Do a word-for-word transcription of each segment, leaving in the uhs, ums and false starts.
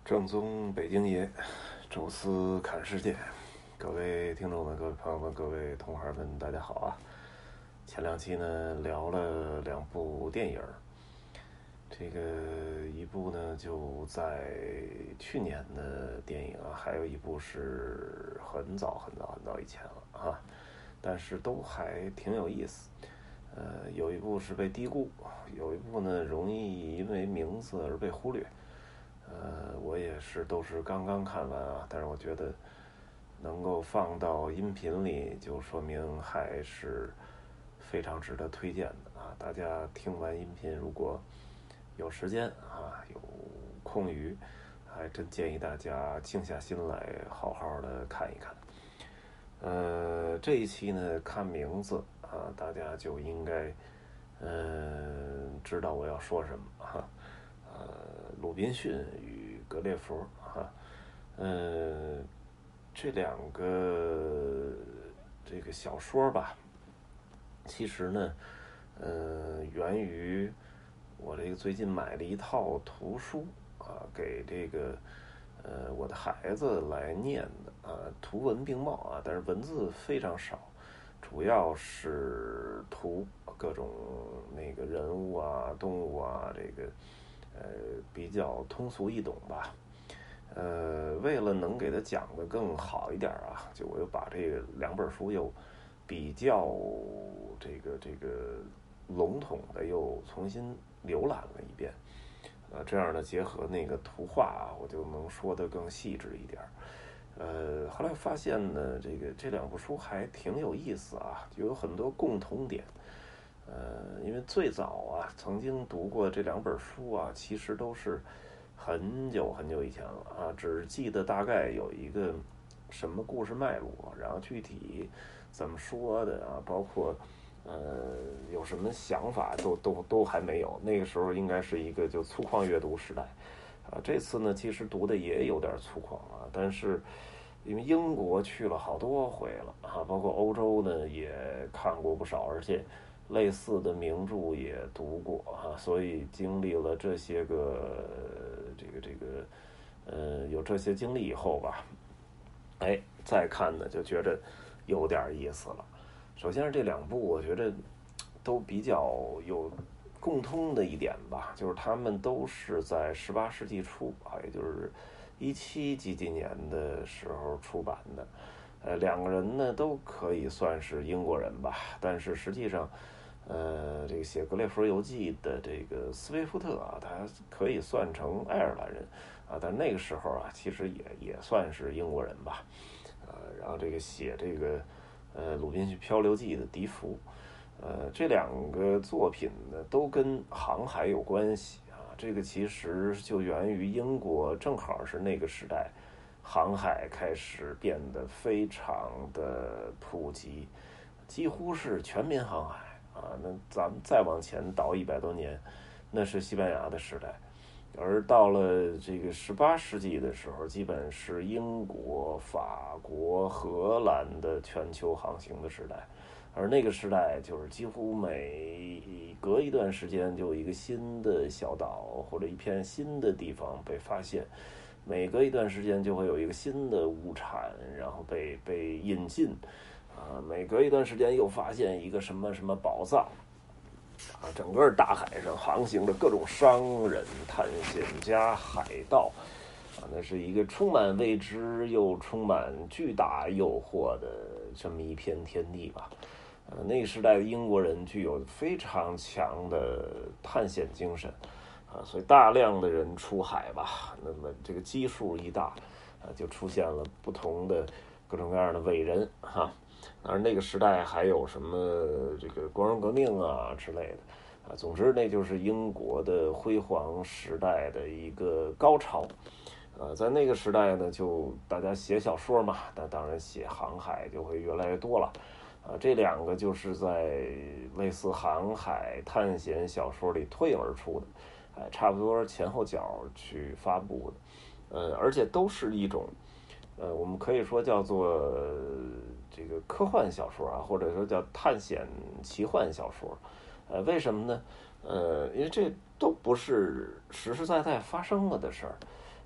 正宗北京爷，宙斯看世界。各位听众们，各位朋友们，各位同行们，大家好啊！前两期呢聊了两部电影，这个一部呢就在去年的电影啊，还有一部是很早很早很早以前了啊，但是都还挺有意思。呃，有一部是被低估，有一部呢容易因为名字而被忽略。呃，我也是都是刚刚看完啊，但是我觉得能够放到音频里，就说明还是非常值得推荐的啊！大家听完音频，如果有时间啊，有空余，还真建议大家静下心来，好好的看一看。呃，这一期呢，看名字啊，大家就应该呃知道我要说什么哈。呃，鲁滨逊与格列佛哈，呃，这两个这个小说吧，其实呢，呃，源于我这个最近买了一套图书啊，给这个呃我的孩子来念的啊，图文并茂啊，但是文字非常少，主要是图各种那个人物啊、动物啊，这个。呃，比较通俗易懂吧。呃，为了能给他讲得更好一点啊，就我又把这个两本书又比较这个这个笼统的又重新浏览了一遍。呃，这样呢，结合那个图画啊，我就能说得更细致一点。呃，后来发现呢，这个这两部书还挺有意思啊，就有很多共同点。呃，因为最早啊，曾经读过这两本书啊，其实都是很久很久以前了啊，只记得大概有一个什么故事脉络，然后具体怎么说的啊，包括呃有什么想法都都都还没有。那个时候应该是一个就粗犷阅读时代啊。这次呢，其实读的也有点粗犷啊，但是因为英国去了好多回了啊，包括欧洲呢也看过不少，而且类似的名著也读过啊，所以经历了这些个这个这个呃有这些经历以后吧，哎，再看呢就觉得有点意思了。首先是这两部，我觉得都比较有共通的一点吧，就是他们都是在十八世纪初啊，也就是一七几几年的时候出版的。呃，两个人呢都可以算是英国人吧，但是实际上。呃，这个写《格列佛游记》的这个斯威夫特啊，他可以算成爱尔兰人啊，但那个时候啊，其实也也算是英国人吧。呃，然后这个写这个呃《鲁滨逊漂流记》的笛福，呃，这两个作品呢都跟航海有关系啊。这个其实就源于英国，正好是那个时代，航海开始变得非常的普及，几乎是全民航海。啊，那咱们再往前倒一百多年，那是西班牙的时代，而到了这个十八世纪的时候，基本是英国、法国、荷兰的全球航行的时代，而那个时代就是几乎每隔一段时间就有一个新的小岛或者一片新的地方被发现，每隔一段时间就会有一个新的物产，然后被被引进。啊，每隔一段时间又发现一个什么什么宝藏，啊，整个大海上航行的各种商人、探险家、海盗，啊，那是一个充满未知又充满巨大诱惑的这么一片天地吧。呃，那个时代的英国人具有非常强的探险精神，啊，所以大量的人出海吧，那么这个基数一大，啊，就出现了不同的各种各样的伟人哈。而那个时代还有什么这个光荣革命啊之类的啊，总之那就是英国的辉煌时代的一个高潮。呃，在那个时代呢，就大家写小说嘛，那当然写航海就会越来越多了。啊，这两个就是在类似航海探险小说里脱颖而出的，哎，差不多前后脚去发布的，呃，而且都是一种，呃，我们可以说叫做这个科幻小说啊，或者说叫探险奇幻小说，呃，为什么呢？呃，因为这都不是实实在在发生了的事儿，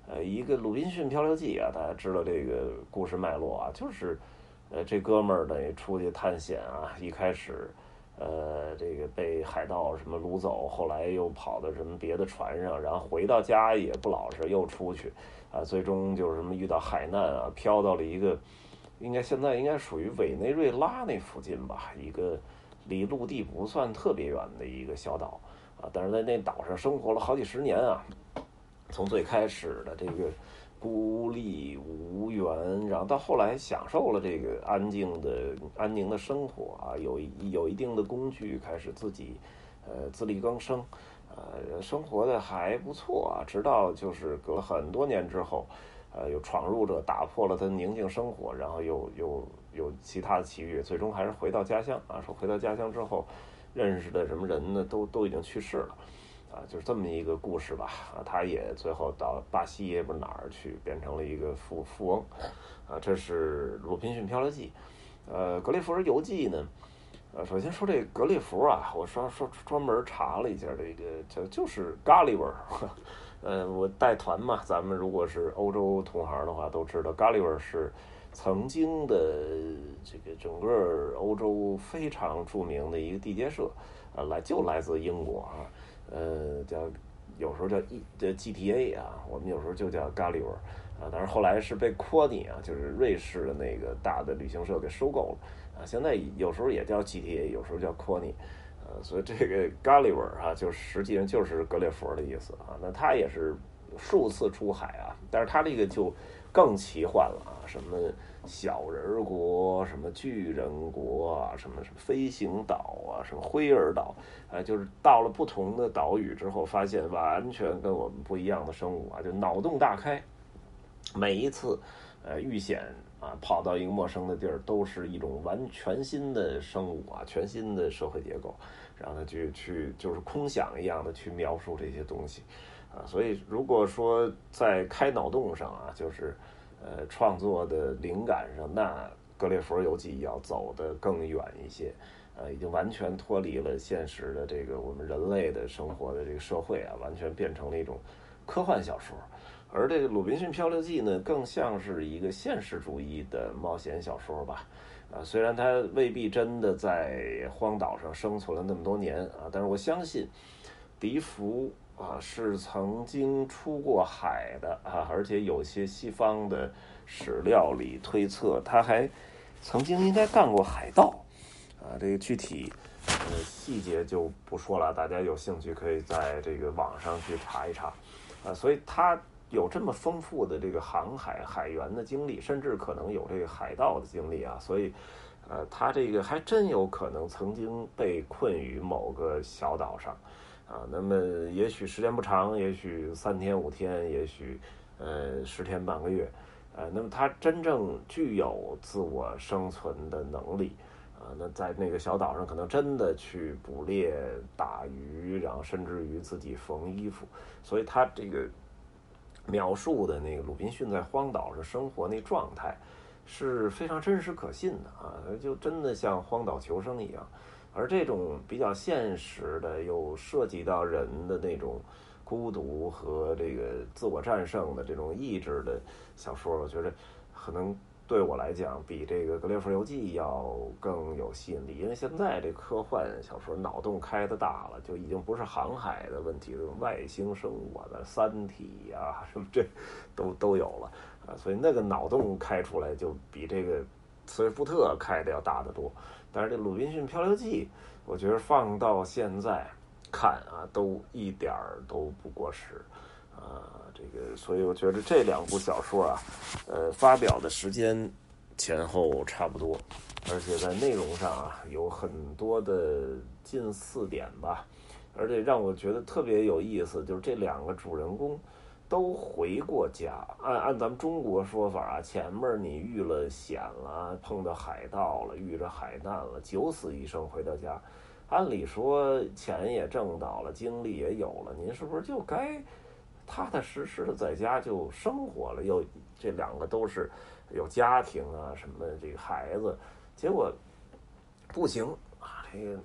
呃，一个《鲁滨逊漂流记》啊，大家知道这个故事脉络啊，就是呃这哥们儿呢出去探险啊，一开始呃这个被海盗什么掳走，后来又跑到什么别的船上，然后回到家也不老实，又出去啊，最终就是什么遇到海难啊，飘到了一个应该现在应该属于委内瑞拉那附近吧，一个离陆地不算特别远的一个小岛啊，但是在那岛上生活了好几十年啊，从最开始的这个孤立无援，然后到后来享受了这个安静的安宁的生活啊，有有一定的工具，开始自己呃自力更生，呃生活的还不错啊，直到就是隔了很多年之后，呃有闯入者打破了他宁静生活，然后又又有其他的奇遇，最终还是回到家乡啊。说回到家乡之后，认识的什么人呢，都都已经去世了。啊，就是这么一个故事吧。啊，他也最后到巴西也不是哪儿去，变成了一个富富翁。啊，这是《鲁滨逊漂流记》。呃，《格列佛游记》呢，呃，首先说这格列佛啊，我说说专门查了一下，这个就就是咖喱味儿。呃，我带团嘛，咱们如果是欧洲同行的话，都知道咖喱味儿是曾经的这个整个欧洲非常著名的一个地接社，啊，来就来自英国啊。呃，叫有时候叫 E 叫 G T A 啊，我们有时候就叫咖喱味啊，但是后来是被科尼啊，就是瑞士的那个大的旅行社给收购了啊，现在有时候也叫 G T A， 有时候叫科尼，呃，所以这个咖喱味啊，就实际上就是格列佛的意思啊。那他也是数次出海啊，但是他这个就更奇幻了啊，什么小人国，什么巨人国啊，什么什么飞行岛啊，什么灰尔岛，啊，就是到了不同的岛屿之后，发现完全跟我们不一样的生物啊，就脑洞大开。每一次，呃，遇险啊，跑到一个陌生的地儿，都是一种完全新的生物啊，全新的社会结构，让他去去就是空想一样的去描述这些东西，啊，所以如果说在开脑洞上啊，就是呃创作的灵感上，那《格列佛游记》要走得更远一些。呃，已经完全脱离了现实的这个我们人类的生活的这个社会啊，完全变成了一种科幻小说。而这个《鲁滨逊漂流记》呢，更像是一个现实主义的冒险小说吧。啊，虽然它未必真的在荒岛上生存了那么多年啊，但是我相信笛福啊是曾经出过海的啊，而且有些西方的史料里推测他还曾经应该干过海盗。啊，这个具体呃细节就不说了，大家有兴趣可以在这个网上去查一查，啊，所以他有这么丰富的这个航海海员的经历，甚至可能有这个海盗的经历啊，所以呃，他这个还真有可能曾经被困于某个小岛上，啊，那么也许时间不长，也许三天五天，也许呃十天半个月，呃，那么他真正具有自我生存的能力。啊，那在那个小岛上，可能真的去捕猎、打鱼，然后甚至于自己缝衣服，所以他这个描述的那个鲁滨逊在荒岛上生活那状态是非常真实可信的啊，就真的像荒岛求生一样。而这种比较现实的，又涉及到人的那种孤独和这个自我战胜的这种意志的小说，我觉得可能对我来讲比这个《格列佛游记》要更有吸引力，因为现在这科幻小说脑洞开得大了，就已经不是航海的问题，这种外星生物啊的三体啊什么这都都有了啊，所以那个脑洞开出来就比这个斯威夫特开的要大得多。但是这《鲁滨逊漂流记》，我觉得放到现在看啊，都一点儿都不过时。啊，这个，所以我觉得这两部小说啊，呃，发表的时间前后差不多，而且在内容上啊有很多的近似点吧，而且让我觉得特别有意思，就是这两个主人公都回过家。按按咱们中国说法啊，前面你遇了险了，碰到海盗了，遇着海难了，九死一生回到家，按理说钱也挣到了，精力也有了，您是不是就该踏踏实实的在家就生活了？又这两个都是有家庭啊，什么这个孩子，结果不行啊，这个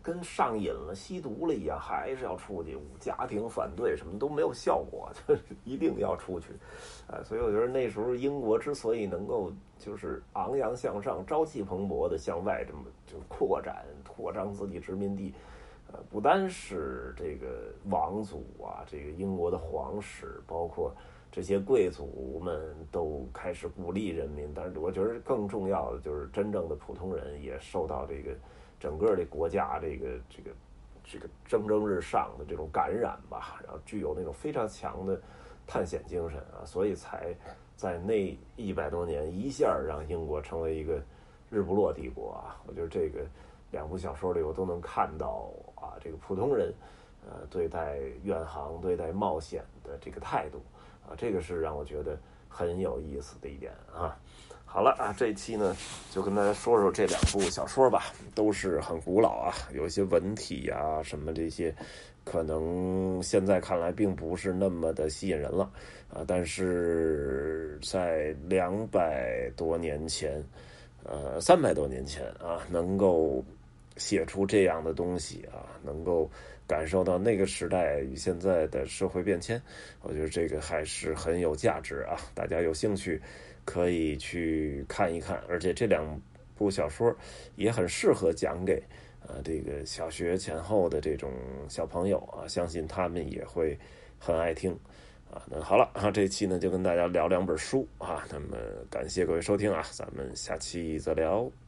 跟上瘾了、吸毒了一样，还是要出去。家庭反对什么都没有效果，就是一定要出去。啊，所以我觉得那时候英国之所以能够就是昂扬向上、朝气蓬勃的向外这么就扩展、扩张自己殖民地，呃，不单是这个王族啊，这个英国的皇室，包括这些贵族们都开始鼓励人民。但是我觉得更重要的就是真正的普通人也受到这个整个这国家这个这个这个蒸蒸日上的这种感染吧，然后具有那种非常强的探险精神啊，所以才在那一百多年一下让英国成为一个日不落帝国啊。我觉得这个两部小说里我都能看到啊，这个普通人呃对待远航、对待冒险的这个态度啊，这个是让我觉得很有意思的一点啊。好了啊，这一期呢就跟大家说说这两部小说吧，都是很古老啊，有一些文体啊什么这些可能现在看来并不是那么的吸引人了啊，但是在两百多年前呃三百多年前啊，能够写出这样的东西啊，能够感受到那个时代与现在的社会变迁，我觉得这个还是很有价值啊，大家有兴趣可以去看一看。而且这两部小说也很适合讲给呃这个小学前后的这种小朋友啊，相信他们也会很爱听啊。那好了啊，这期呢就跟大家聊两本书啊，那么感谢各位收听啊，咱们下期再聊。